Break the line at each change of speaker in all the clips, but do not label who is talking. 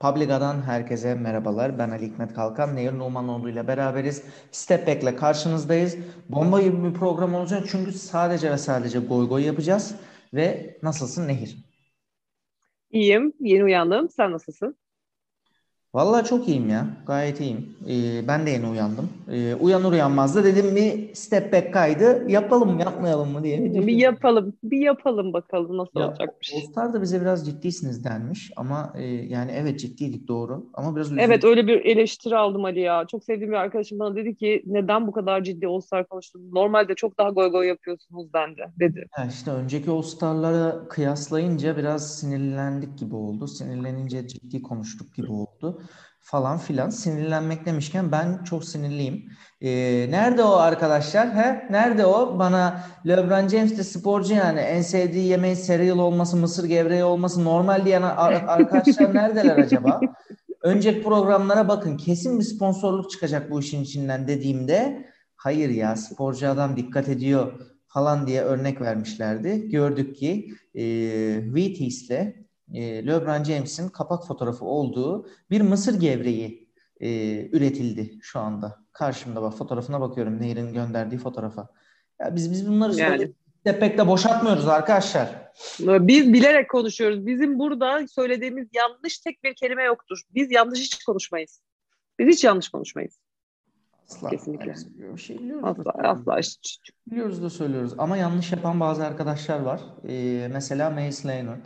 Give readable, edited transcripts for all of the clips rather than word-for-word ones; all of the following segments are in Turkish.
Publica'dan herkese merhabalar. Ben Ali Hikmet Kalkan, Nehir Numanoğlu ile beraberiz. Step Back'le karşınızdayız. Bomba gibi bir program olacak çünkü sadece ve sadece goy goy yapacağız. Ve nasılsın Nehir?
İyiyim. Yeni uyandım. Sen nasılsın?
Vallahi çok iyiyim ya. Gayet iyiyim. Ben de yeni uyandım. Uyanır uyanmaz da dedim bir Step Back kaydı yapalım mı yapmayalım mı diye bir
Bir
düşündüm.
yapalım. Bir yapalım bakalım nasıl
Ya All
olacakmış.
Star da bize biraz ciddisiniz denmiş ama yani evet ciddiydik doğru ama biraz
Evet
üzüldüm.
öyle bir eleştiri aldım Ali ya. Çok sevdiğim bir arkadaşım bana dedi ki neden bu kadar ciddi All-Star konuştunuz? Normalde çok daha goy goy yapıyorsunuz bende dedi.
Ya işte önceki All-Star'lara kıyaslayınca biraz sinirlendik gibi oldu. Sinirlenince ciddi konuştuk gibi oldu falan filan. Sinirlenmek demişken ben çok sinirliyim. Nerede o arkadaşlar? He? Nerede o? Bana LeBron James de sporcu yani. En sevdiği yemeğin cereal olması, mısır gevreği olması normal diyen arkadaşlar neredeler acaba? Önceki programlara bakın. Kesin bir sponsorluk çıkacak bu işin içinden dediğimde hayır ya sporcu adam dikkat ediyor falan diye örnek vermişlerdi. Gördük ki Wheaties ile LeBron James'in kapak fotoğrafı olduğu bir mısır gevreği üretildi şu anda. Karşımda bak fotoğrafına bakıyorum. Nehir'in gönderdiği fotoğrafa. Ya biz bunları söyle
Yani
pek de boşaltmıyoruz arkadaşlar.
biz bilerek konuşuyoruz. Bizim burada söylediğimiz yanlış tek bir kelime yoktur. Biz yanlış hiç konuşmayız. Biz hiç yanlış konuşmayız.
Asla.
Kesinlikle.
Bir şey biliyoruz da
Asla
söylüyoruz.
asla.
Biliyoruz da söylüyoruz. Ama yanlış yapan bazı arkadaşlar var. Mesela Mace Leonard.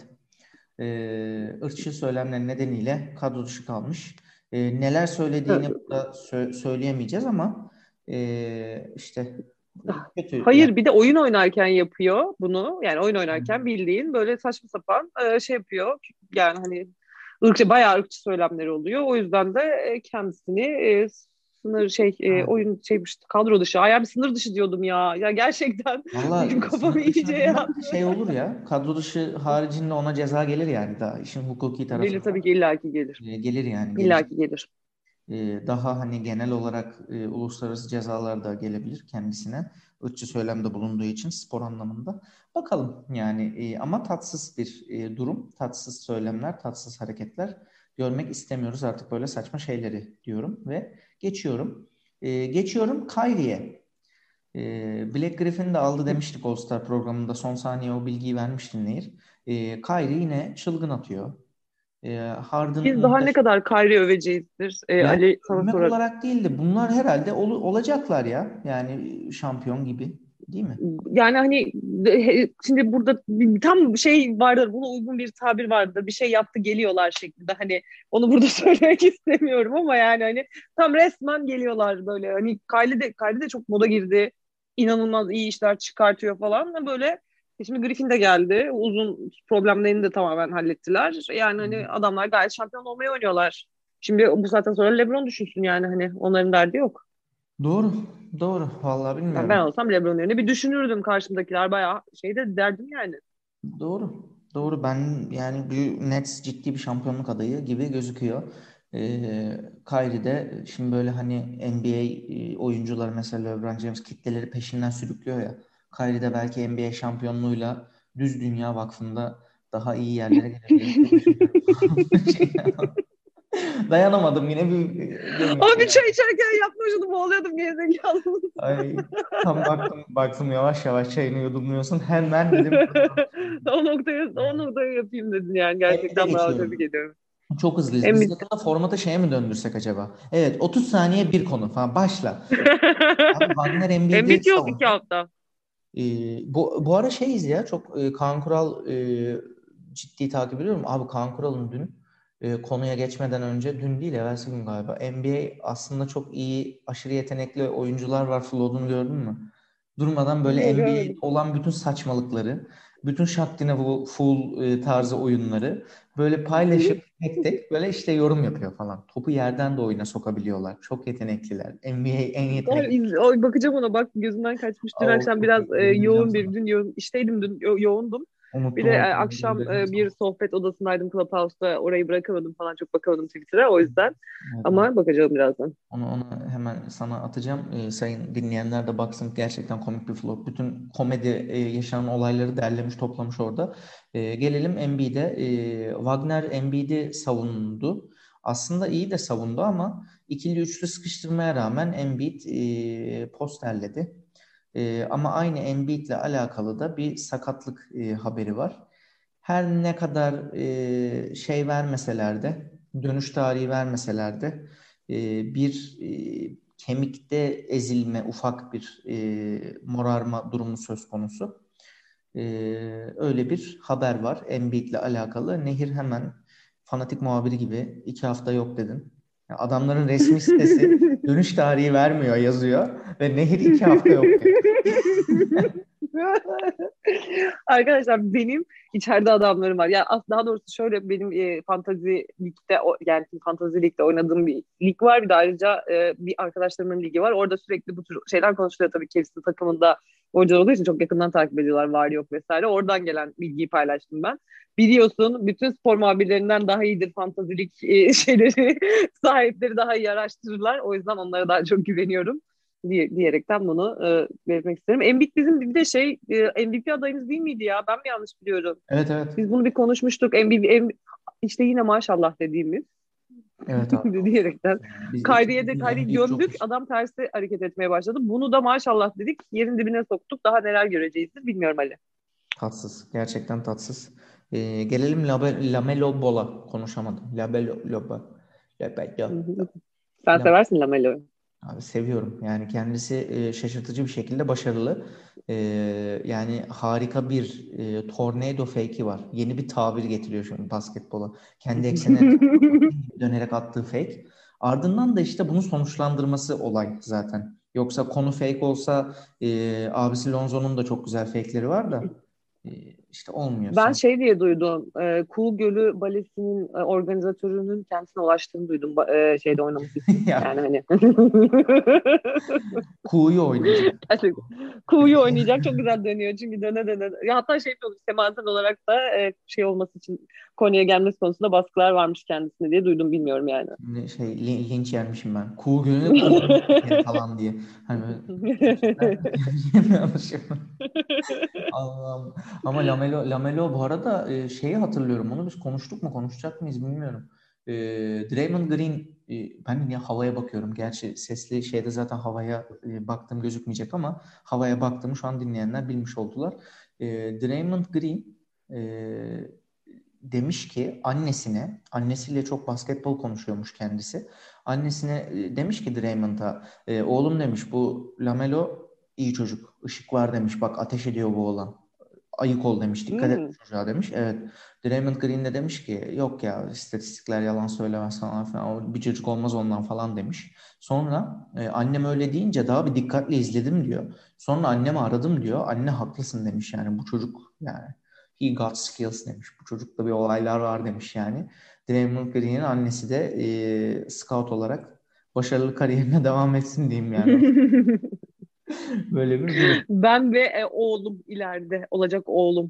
Irkçı söylemler nedeniyle kadro dışı kalmış. Neler söylediğini burada söyleyemeyeceğiz ama işte kötü yani.
Hayır bir de oyun oynarken yapıyor bunu. Yani oyun oynarken bildiğin böyle saçma sapan şey yapıyor. Yani hani bayağı ırkçı söylemleri oluyor. O yüzden de kendisini sınır oyun kadro dışı. Ay bir sınır dışı diyordum ya. Ya gerçekten benim
Valla
kafam
sınır
iyice
dışına
yandı.
şey olur ya kadro dışı haricinde ona ceza gelir yani daha işin hukuki
Gelir tabii
tarafından
ki illaki gelir.
gelir yani gelecek.
İllaki gelir.
Daha hani genel olarak uluslararası cezalar da gelebilir kendisine. Irkçı söylemde bulunduğu için spor anlamında. Bakalım yani ama tatsız bir durum, tatsız söylemler, tatsız hareketler görmek istemiyoruz artık böyle saçma şeyleri diyorum ve geçiyorum. Geçiyorum Kyrie'ye. Black Griffin'i de aldı demiştik All Star programında son saniye o bilgiyi vermiştin Nehir. Kyrie yine çılgın atıyor. Harden
Biz daha ne
muhteşem.
kadar Kyrie öveceğizdir.
Yani
Ali sana
övmek
sorar.
olarak değil de bunlar herhalde olacaklar ya. Yani şampiyon gibi değil mi?
Yani hani şimdi burada tam bir şey vardır, buna uygun bir tabir vardır. Bir şey yaptı geliyorlar şeklinde. Hani onu burada söylemek istemiyorum ama yani hani tam resmen geliyorlar böyle. Hani Kylie de çok moda girdi. İnanılmaz iyi işler çıkartıyor falan. Böyle şimdi Griffin de geldi. Uzun problemlerini de tamamen hallettiler. Yani hani adamlar gayet şampiyon olmayı oynuyorlar. Şimdi bu saatten sonra LeBron düşünsün yani hani onların derdi yok.
Doğru. Doğru. Vallahi
Ben
bilmiyorum.
olsam LeBron yerine bir düşünürdüm karşımdakiler bayağı şeyde derdim yani.
Doğru. Doğru. Ben yani bu Nets ciddi bir şampiyonluk adayı gibi gözüküyor. Kyrie de şimdi böyle hani NBA oyuncuları mesela LeBron James kitleleri peşinden sürüklüyor ya. Kyrie de belki NBA şampiyonluğuyla Düz Dünya Vakfı'nda daha iyi yerlere gelebilir diye düşünüyorum. Dayanamadım yine bir gülmekte.
Abi çay içerken yapma şunu boğuluyordum gerizekalı.
Ay tam baktım yavaş yavaş çayını yudumluyorsun. Hemen dedim
O noktayı yapayım dedin yani
Emmy'de
gerçekten bravo tebrik
geçiyorum.
ediyorum.
Çok hızlıyız. Biz
Embiid.
yakında formatı şeye mi döndürsek acaba? Evet 30 saniye bir konu falan başla. Abi Wagner Embiid'i
Embiid yok iki
savundu.
hafta.
Bu ara şeyiz ya çok Kaan Kural ciddi takip ediyorum. Abi Kaan Kural'ın dün konuya geçmeden önce dün değil evvelsi gün galiba NBA aslında çok iyi aşırı yetenekli oyuncular var flood'unu gördün mü? Durmadan böyle
Yok
NBA'de
görmedim.
olan bütün saçmalıkları, bütün Shaq Full tarzı oyunları böyle paylaşıp tek tek böyle işte yorum yapıyor falan. Topu yerden de oyuna sokabiliyorlar. Çok yetenekliler. NBA en yetenekli.
Oy, bakacağım ona bak gözümden kaçmış. Dün
Aa,
akşam
çok
biraz
iyi. Göndereceğim
yoğun
sana.
dün işteydim dün yoğundum. Bir
Unuttum
de
unuttum.
akşam
Göndereceğim
bir
sana.
sohbet odasındaydım Clubhouse'da. Orayı bırakamadım falan çok bakamadım Twitter'a o yüzden.
Evet, evet.
Ama bakacağım birazdan.
Onu hemen sana atacağım. Sayın dinleyenler de baksın. Gerçekten komik bir vlog. Bütün komedi yaşanan olayları derlemiş, toplamış orada. Gelelim Embiid'e. Wagner Embiid'i savundu. Aslında iyi de savundu ama ikili üçlü sıkıştırmaya rağmen Embiid posterledi. Ama aynı Embiid'le alakalı da bir sakatlık haberi var. Her ne kadar şey vermeseler de, dönüş tarihi vermeseler de bir kemikte ezilme, ufak bir morarma durumu söz konusu. Öyle bir haber var Embiid'le alakalı. Nehir hemen fanatik muhabiri gibi 2 hafta yok dedin. Ya adamların resmi sitesi dönüş tarihi vermiyor, yazıyor ve Nehir 2 hafta yok diyor.
Arkadaşlar benim içeride adamlarım var. Yani daha doğrusu şöyle benim fantazi ligde yani fantazi ligde oynadığım bir lig var. Bir de ayrıca bir arkadaşlarımın ligi var. Orada sürekli bu tür şeyler konuşuluyor tabii. Cavs'in takımında hoca olduğu için çok yakından takip ediyorlar. Var yok vesaire. Oradan gelen bilgiyi paylaştım ben. Biliyorsun bütün spor muhabirlerinden daha iyidir fantazilik şeyleri sahipleri daha iyi araştırırlar. O yüzden onlara daha çok güveniyorum diyerekten bunu belirtmek isterim. Embiid bizim bir de MVP adayımız değil miydi ya? Ben mi yanlış biliyorum?
Evet, evet.
Biz bunu bir konuşmuştuk. İşte yine maşallah dediğimiz.
Evet abi.
diyerekten.
Biz
Kyrie'yi
Embiid çok
gömdük. Adam tersi hareket etmeye başladı. Bunu da maşallah dedik. Yerin dibine soktuk. Daha neler göreceğizdir bilmiyorum Ali.
tatsız. Gerçekten tatsız. Gelelim Lamelo Ball'a. Konuşamadım. Lamelo Ball.
Sen seversin Lamelo'yu.
Abi seviyorum. Yani kendisi şaşırtıcı bir şekilde başarılı. Yani harika bir tornado fake'i var. Yeni bir tabir getiriyor şimdi basketbola. Kendi eksenine dönerek attığı fake. Ardından da işte bunu sonuçlandırması olay zaten. Yoksa konu fake olsa abisi Lonzo'nun da çok güzel fake'leri var da işte olmuyor.
Ben şey diye duydum. Kuğu Gölü Balesi'nin organizatörünün kendisine ulaştığını duydum. Şeyde oynaması için. Yani hani.
Kuğu'yu oynayacak.
Kuğu'yu oynayacak. Çok güzel dönüyor. Çünkü döne döne. Ya hatta şey yapıyormuş. Semazen olarak da şey olması için Konya'ya gelmesi konusunda baskılar varmış kendisine diye duydum. Bilmiyorum yani.
Linç yermişim ben. Kuğu Gölü'nü falan diye. Hani Allah'ım. Ama Lamelo bu arada şeyi hatırlıyorum. Onu biz konuştuk mu? Konuşacak mıyız bilmiyorum. Draymond Green ben niye havaya bakıyorum. Gerçi sesli şeyde zaten havaya baktığım gözükmeyecek ama havaya baktığımı şu an dinleyenler bilmiş oldular. Draymond Green demiş ki annesiyle çok basketbol konuşuyormuş kendisi. Annesine demiş ki Draymond'a oğlum demiş bu Lamelo iyi çocuk. Işık var demiş. Bak ateş ediyor bu oğlan. Ayık ol demiş. Dikkat et çocuğa demiş. Evet. Draymond Green de demiş ki yok ya istatistikler yalan söylemez falan. O bir çocuk olmaz ondan falan demiş. Sonra annem öyle deyince daha bir dikkatle izledim diyor. Sonra annemi aradım diyor. Anne haklısın demiş yani bu çocuk yani he got skills demiş. Bu çocukta bir olaylar var demiş yani. Draymond Green'in annesi de scout olarak başarılı kariyerine devam etsin diyeyim yani. Böyle bir durum.
Ben ve oğlum ileride olacak oğlum.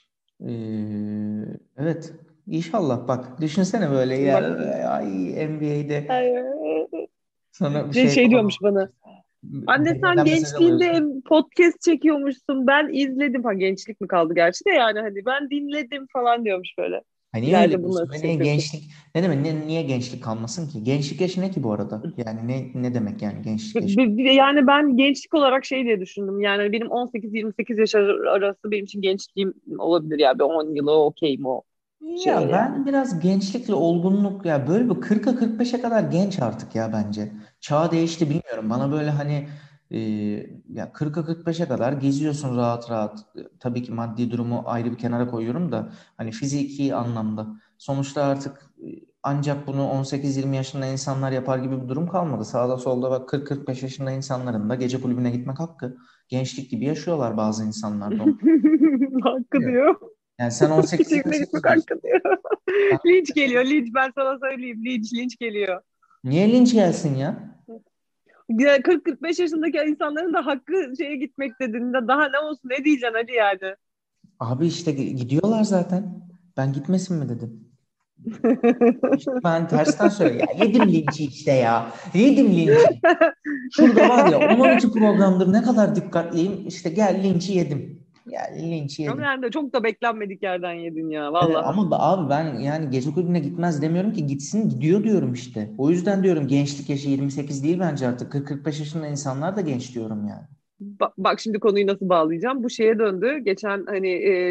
Evet. İnşallah bak düşünsene böyle ya ay NBA'de sana bir
şey diyormuş bana. Anne sen gençliğinde podcast çekiyormuşsun. Ben izledim. Ha gençlik mi kaldı gerçi de yani hani ben dinledim falan diyormuş böyle.
Hani niye öyle diyorsun? Niye gençlik? Ne demek? Niye gençlik kalmasın ki? Gençlik yaşı ne ki bu arada? Yani ne demek yani gençlik yaşı?
Yani ben gençlik olarak şey diye düşündüm. Yani benim 18-28 yaş arası benim için gençliğim olabilir ya. Bir 10 yılı okeyim o.
Ya ben biraz gençlikle olgunluk ya böyle bir 40'a 45'e kadar genç artık ya bence. Çağ değişti bilmiyorum. Bana böyle hani ya 40'a 45'e kadar geziyorsun rahat rahat. Tabii ki maddi durumu ayrı bir kenara koyuyorum da hani fiziki anlamda. Sonuçta artık ancak bunu 18-20 yaşında insanlar yapar gibi bir durum kalmadı. Sağda solda bak 40-45 yaşında insanların da gece kulübüne gitmek hakkı. Gençlik gibi yaşıyorlar bazı insanlar da.
Hakkı diyor.
Yani sen 18
gitmek hakkı diyor. Linç geliyor linç ben sana söyleyeyim linç geliyor.
Niye linç gelsin ya?
40-45 yaşındaki insanların da hakkı şeye gitmek dediğinde daha ne olsun ne diyeceksin hadi yani.
Abi işte gidiyorlar zaten. Ben gitmesin mi dedim. İşte ben tersten söyle ya yedim linçi işte ya. Yedim linçi. Şurada var ya 10-12 programdır ne kadar dikkatliyim. İşte gel linçi yedim. Yani linç
Ama
yedi.
yani de çok da beklenmedik yerden yedin ya vallahi.
Ama abi ben yani gece kulübüne gitmez demiyorum ki, gitsin, gidiyor diyorum işte. O yüzden diyorum gençlik yaşı 28 değil bence artık. 40-45 yaşında insanlar da genç diyorum yani.
Bak şimdi konuyu nasıl bağlayacağım. Bu şeye döndü. Geçen hani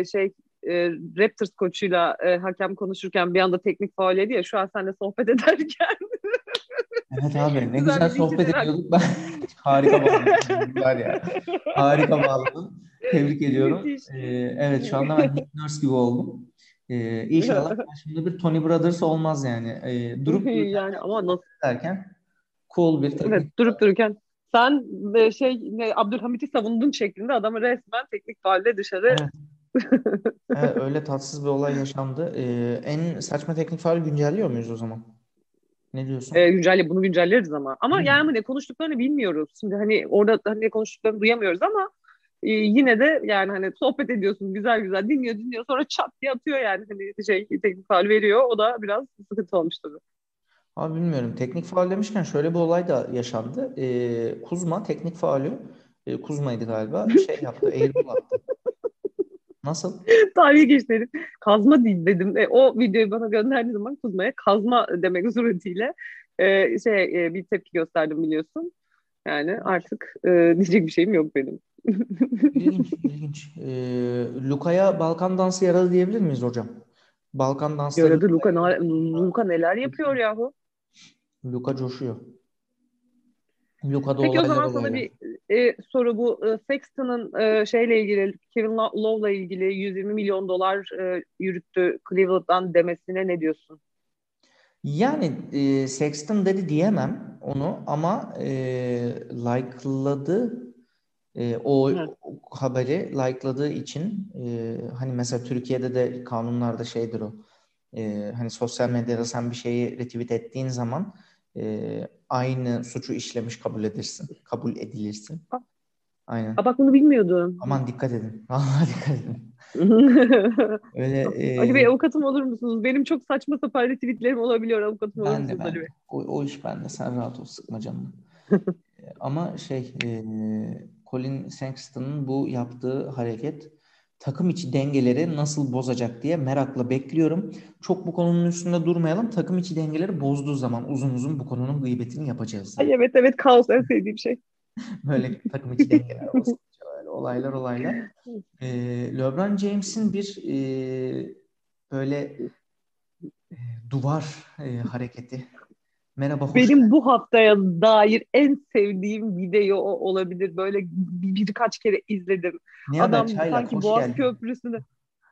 Raptors koçuyla hakem konuşurken bir anda teknik faul yedi ya, şu an seninle sohbet ederken
Evet abi, ne
güzel
güzel
bir linç
sohbet
ederek.
ediyorduk. Ben harika bağladın var ya. Harika bağladın. Tebrik ediyorum.
Müthiş.
Evet, şu anda ben Nick Nurse gibi oldum. İnşallah karşımda bir Tony Brothers olmaz yani. Durup dururken
Yani ama nasıl,
derken cool bir teknik.
evet, durup dururken sen Abdülhamit'i savundun şeklinde adamı resmen teknik faulle dışarı.
Evet, evet, öyle tatsız bir olay yaşandı. En saçma teknik faul güncelliyor muyuz o zaman? Ne diyorsun?
Bunu güncelleriz ama. Ama
Değil mi?
yani ne konuştuklarını bilmiyoruz. Şimdi hani orada hani ne konuştuklarını duyamıyoruz ama yine de yani hani sohbet ediyorsun güzel güzel, dinliyor sonra çat diye atıyor yani, hani teknik faul veriyor, o da biraz sıkıntı olmuş tabii.
Abi bilmiyorum. Teknik faul demişken şöyle bir olay da yaşandı. Kuzma teknik faulü, Kuzma'ydı galiba, şey yaptı. Airball attı. Nasıl?
Tarihe geçti herif. Kazma değil dedim. O videoyu bana gönderdiği zaman Kuzma'ya kazma demek suretiyle bir tepki gösterdim biliyorsun. Yani artık diyecek bir şeyim yok benim.
İlginç, ilginç. Luka'ya Balkan dansı yaradı diyebilir miyiz hocam? Balkan dansları,
Yaradı Luka neler yapıyor yahu.
Luka coşuyor. Luka'da
Peki o
olaylar
zaman sana
olaylar.
bir soru, bu Sexton'ın şeyle ilgili, Kevin Love'la ilgili 120 milyon dolar yürüttü Cleveland'dan demesine ne diyorsun?
Yani Sexton dedi diyemem onu, ama like'ladı.
Hı.
O haberi like'ladığı için, hani mesela Türkiye'de de kanunlarda şeydir o. Hani sosyal medyada sen bir şeyi retweet ettiğin zaman aynı suçu işlemiş kabul edilirsin. Aynen.
Bak bunu bilmiyordum.
Aman dikkat edin. Vallahi dikkat edin. Öyle
Ali Bey, avukatım olur musunuz? Benim çok saçma sapan retweetlerim olabiliyor. Avukatım olur
ben de
musunuz
ben
Ali
de.
Bey?
O iş bende. Sen rahat ol, sıkma canını. Ama Colin Sexton'ın bu yaptığı hareket takım içi dengeleri nasıl bozacak diye merakla bekliyorum. Çok bu konunun üstünde durmayalım. Takım içi dengeleri bozduğu zaman uzun uzun bu konunun gıybetini yapacağız
Ay,
zaten.
evet evet, kaos en sevdiğim şey.
Böyle takım içi dengeler bozulunca böyle olaylar. LeBron James'in bir böyle duvar hareketi. Merhaba, hoş
Benim
geldin.
bu haftaya dair en sevdiğim video o olabilir. Böyle birkaç kere izledim.
Ne haber
Adam
çaylak,
sanki
hoş
Boğaz
geldin.
Köprüsü'nü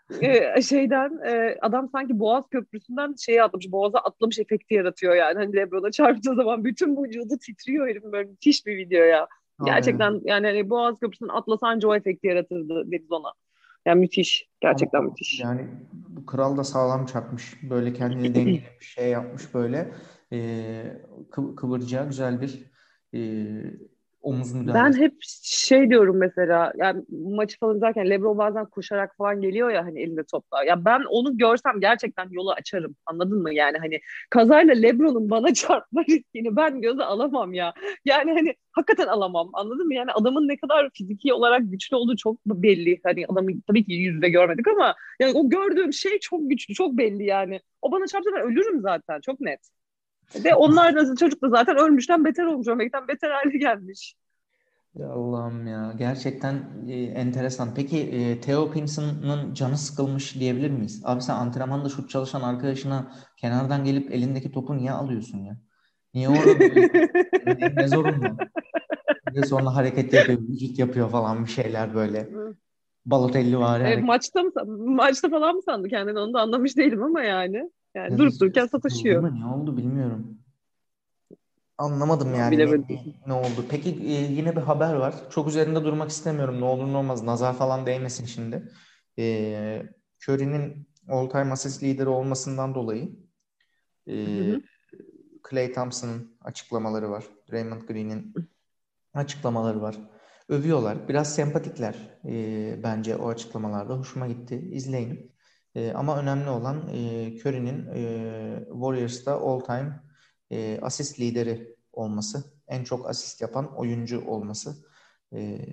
adam sanki Boğaz Köprüsü'nden atlamış, Boğaz'a atlamış efekti yaratıyor yani. Hani LeBron'a çarptığı zaman bütün vücudu titriyor herifin, böyle müthiş bir video ya.
Abi evet.
Gerçekten yani hani Boğaz Köprüsü'nden atlasa anca o efekti yaratırdı deriz ona. Yani müthiş.
Ama
Gerçekten müthiş.
yani bu kral da sağlam çarpmış. Böyle kendini dengelemiş, şey yapmış böyle. Kıvıracağı güzel bir omuz
Ben
müdahalesi.
hep diyorum mesela, yani maçı falan izlerken LeBron bazen koşarak falan geliyor ya hani elinde topla. Ya ben onu görsem gerçekten yolu açarım. Anladın mı? Yani hani kazayla LeBron'un bana çarpma riskini ben göze alamam ya. Yani hani hakikaten alamam. Anladın mı? Yani adamın ne kadar fiziki olarak güçlü olduğu çok belli. Hani adamı tabii ki yüzde görmedik ama yani o gördüğüm şey çok güçlü, çok belli yani. O bana çarpsa ben ölürüm zaten. Çok net. De onlar da, çocuk da zaten ölmüşten beter olmuş. Ölmekten beter hale gelmiş.
Ya Allah'ım ya. Gerçekten enteresan. Peki Theo Pinson'ın canı sıkılmış diyebilir miyiz? Abi sen antrenmanda şut çalışan arkadaşına kenardan gelip elindeki topu niye alıyorsun ya? Niye orada duruyorsun? Ne zorun var? Bir de sonra hareket yapıyor, vücut yapıyor falan, bir şeyler böyle. Balotelli var hareket.
Maçta falan mı sandı kendini, onu da anlamış değilim ama yani. Yani
Ya da
durup dururken
sıkıldı
sataşıyor.
mı? Ne oldu bilmiyorum. Anlamadım
Ama
yani
bilemedim.
ne oldu. Peki yine bir haber var. Çok üzerinde durmak istemiyorum. Ne olur ne olmaz. Nazar falan değmesin şimdi. Curry'nin all-time assist lideri olmasından dolayı
Hı
e,
hı.
Klay Thompson'ın açıklamaları var. Draymond Green'in açıklamaları var. Övüyorlar. Biraz sempatikler bence o açıklamalarda. Hoşuma gitti. İzleyin. Ama önemli olan Curry'nin Warriors'ta all-time asist lideri olması. En çok asist yapan oyuncu olması. E,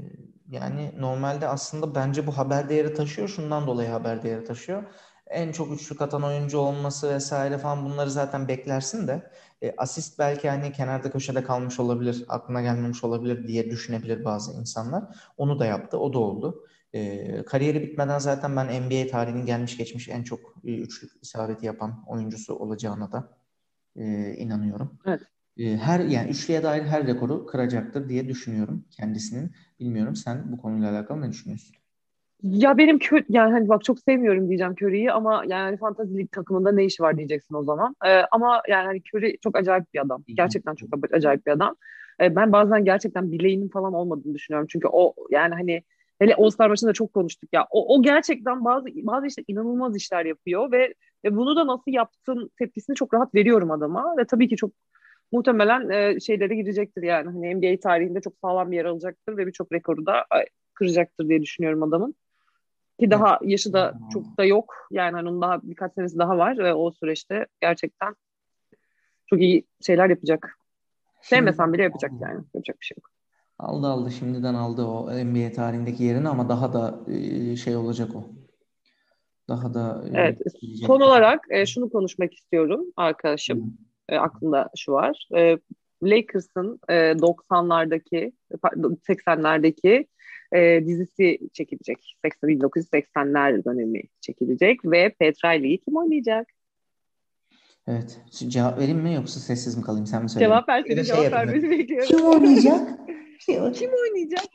Yani normalde aslında bence bu haber değeri taşıyor. Şundan dolayı haber değeri taşıyor. En çok üçlük atan oyuncu olması vesaire falan, bunları zaten beklersin de asist belki hani kenarda köşede kalmış olabilir, aklına gelmemiş olabilir diye düşünebilir bazı insanlar. Onu da yaptı, o da oldu. Kariyeri bitmeden zaten ben NBA tarihinin gelmiş geçmiş en çok üçlük isabeti yapan oyuncusu olacağına da inanıyorum.
Evet.
Yani üçlüye dair her rekoru kıracaktır diye düşünüyorum kendisinin. Bilmiyorum, sen bu konuyla alakalı ne düşünüyorsun?
Ya benim yani hani bak çok sevmiyorum diyeceğim Curry'yi ama yani hani Fantasy Lig takımında ne işi var diyeceksin o zaman. Ama yani hani Curry çok acayip bir adam.
İlginç.
Gerçekten çok acayip bir adam. Ben bazen gerçekten bileğinin falan olmadığını düşünüyorum. Çünkü o yani hani hele All-Star maçında çok konuştuk ya. O gerçekten bazı işte inanılmaz işler yapıyor ve bunu da nasıl yaptın tepkisini çok rahat veriyorum adama ve tabii ki çok muhtemelen şeylere girecektir yani. Hani NBA tarihinde çok sağlam bir yer alacaktır ve birçok rekoru da kıracaktır diye düşünüyorum adamın. Ki
Ya,
daha yaşı da çok da yok. Yani hani onun daha birkaç senesi daha var ve o süreçte gerçekten çok iyi şeyler yapacak.
şimdiden
Sevmesem bile yapacak
aldı.
yani. Yapacak bir şey yok.
Aldı şimdiden aldı o NBA tarihindeki yerini, ama daha da şey olacak o. Daha da
Evet. Son
gelecek.
olarak şunu konuşmak istiyorum arkadaşım. Aklımda şu var. Lakers'ın 90'lardaki, pardon, 80'lerdeki dizisi çekilecek. 1980'ler dönemi çekilecek ve Petrali'yi kim oynayacak?
Evet. Cevap vereyim mi yoksa sessiz mi kalayım, sen mi söyle?
Cevap ver,
Ya da
senin
şey
cevap
yapayım
vermeni
ben.
bekliyorum.
Kim oynayacak? Şey,
Kim oynayacak?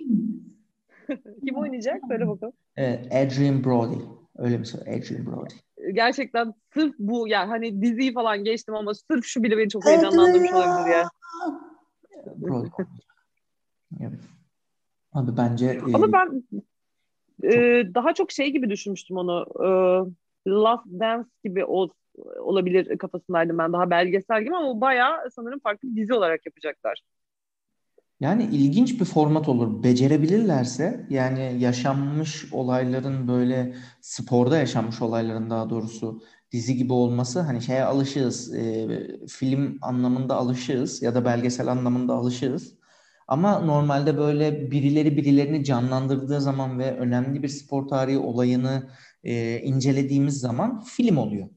Kim oynayacak? Söyle bakalım.
evet, Adrien Brody. Öyle mi söyle? Adrien Brody.
Gerçekten sırf bu yani hani diziyi falan geçtim ama sırf şu bile beni çok heyecanlandırmış olabilir
Adrien
ya.
Brody oynayacak. Evet. Abi bence
Ama ben
çok
daha çok şey gibi düşünmüştüm onu. Last Dance gibi olabilir kafasındaydım ben. Daha belgesel gibi ama o bayağı sanırım farklı bir dizi olarak yapacaklar.
yani ilginç bir format olur. Becerebilirlerse, yani yaşanmış olayların, böyle sporda yaşanmış olayların daha doğrusu dizi gibi olması, hani şeye alışığız. Film anlamında alışığız ya da belgesel anlamında alışığız. Ama normalde böyle birileri birilerini canlandırdığı zaman ve önemli bir spor tarihi olayını incelediğimiz zaman film oluyor.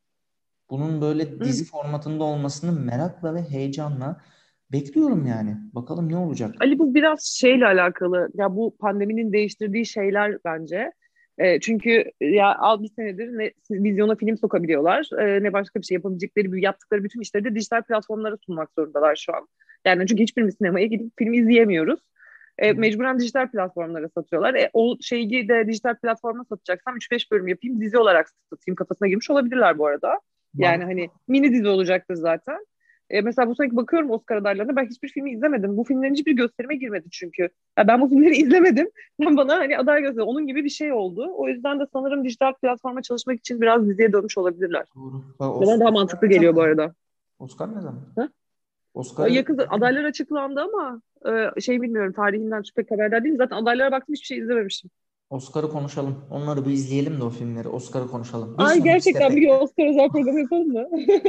Bunun böyle
Hı.
dizi formatında olmasını merakla ve heyecanla bekliyorum yani. Bakalım ne olacak?
Ali bu biraz şeyle alakalı. Ya bu pandeminin değiştirdiği şeyler bence. Çünkü ya al bir senedir ne vizyona film sokabiliyorlar, ne başka bir şey yapabilecekleri, yaptıkları bütün işleri de dijital platformlara sunmak zorundalar şu an. Yani çünkü hiçbirimiz sinemaya gidip film izleyemiyoruz.
Hı hı.
Mecburen dijital platformlara satıyorlar. O şeyi de dijital platforma satacaksam 3-5 bölüm yapayım, dizi olarak satayım kafasına girmiş olabilirler bu arada. Yani
Mantıklı.
hani mini dizi olacaktır zaten. Mesela bu seneki bakıyorum Oscar adaylarına, ben hiçbir filmi izlemedim. Bu filmlerin hiçbir gösterime girmedi çünkü. Ya ben bu filmleri izlemedim. Bana hani aday göster. Onun gibi bir şey oldu. O yüzden de sanırım dijital platforma çalışmak için biraz diziye dönmüş olabilirler.
Doğru. Bak,
Bana daha
Oscar
mantıklı
ne
geliyor
zaman
bu
ya?
arada.
Oscar ne zaman?
Ha?
Oscar'ı
Yakın adaylar açıklandı ama şey bilmiyorum, tarihinden pek haberdar değilim. Zaten adaylara baktım, hiçbir şey izlememişim.
Oscar'ı konuşalım. Onları bir izleyelim de o filmleri. Oscar'ı konuşalım. Bir
Ay
sonraki
gerçekten bir gün
step'e
Oscar özel program yapalım mı?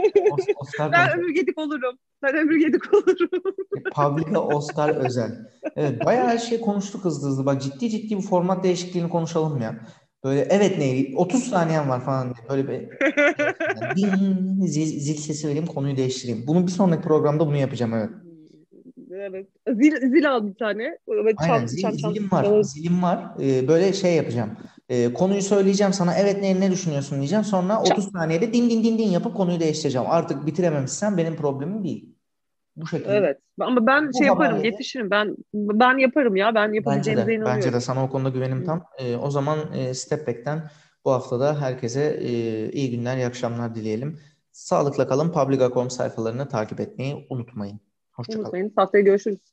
Oscar
Ben
konuşalım.
ömür gedik olurum. Ben ömür gedik olurum.
Publica Oscar özel. Evet, bayağı her şey konuştuk hızlı hızlı. Bak, ciddi ciddi bu format değişikliğini konuşalım ya. Böyle evet, ne 30 saniyen var falan diye. Böyle bir şey yapayım yani. Ding, zil sesi vereyim, konuyu değiştireyim. Bunu bir sonraki programda bunu yapacağım, evet.
Evet. Zil al bir tane. Ve
Aynen,
çan
zilim var.
çalarız.
Zilim var. Böyle şey yapacağım. Konuyu söyleyeceğim sana. Evet, ne düşünüyorsun diyeceğim. Sonra
Çat.
30 saniyede din din din din yapıp konuyu değiştireceğim. Artık bitirememişsen benim problemim değil. Bu şekilde.
Evet. Ama ben şey
Bu
yaparım,
haberleri
yetişirim. Ben yaparım ya. Ben
bence
yapabileceğimize
de. Bence de
inanıyorum.
sana o konuda güvenim
Hı.
tam. O zaman Step Back'ten bu haftada herkese iyi günler, iyi akşamlar dileyelim. Sağlıkla kalın. Publica.com sayfalarını takip etmeyi unutmayın. Hoşça kalın.
Unutmayın. Haftaya görüşürüz.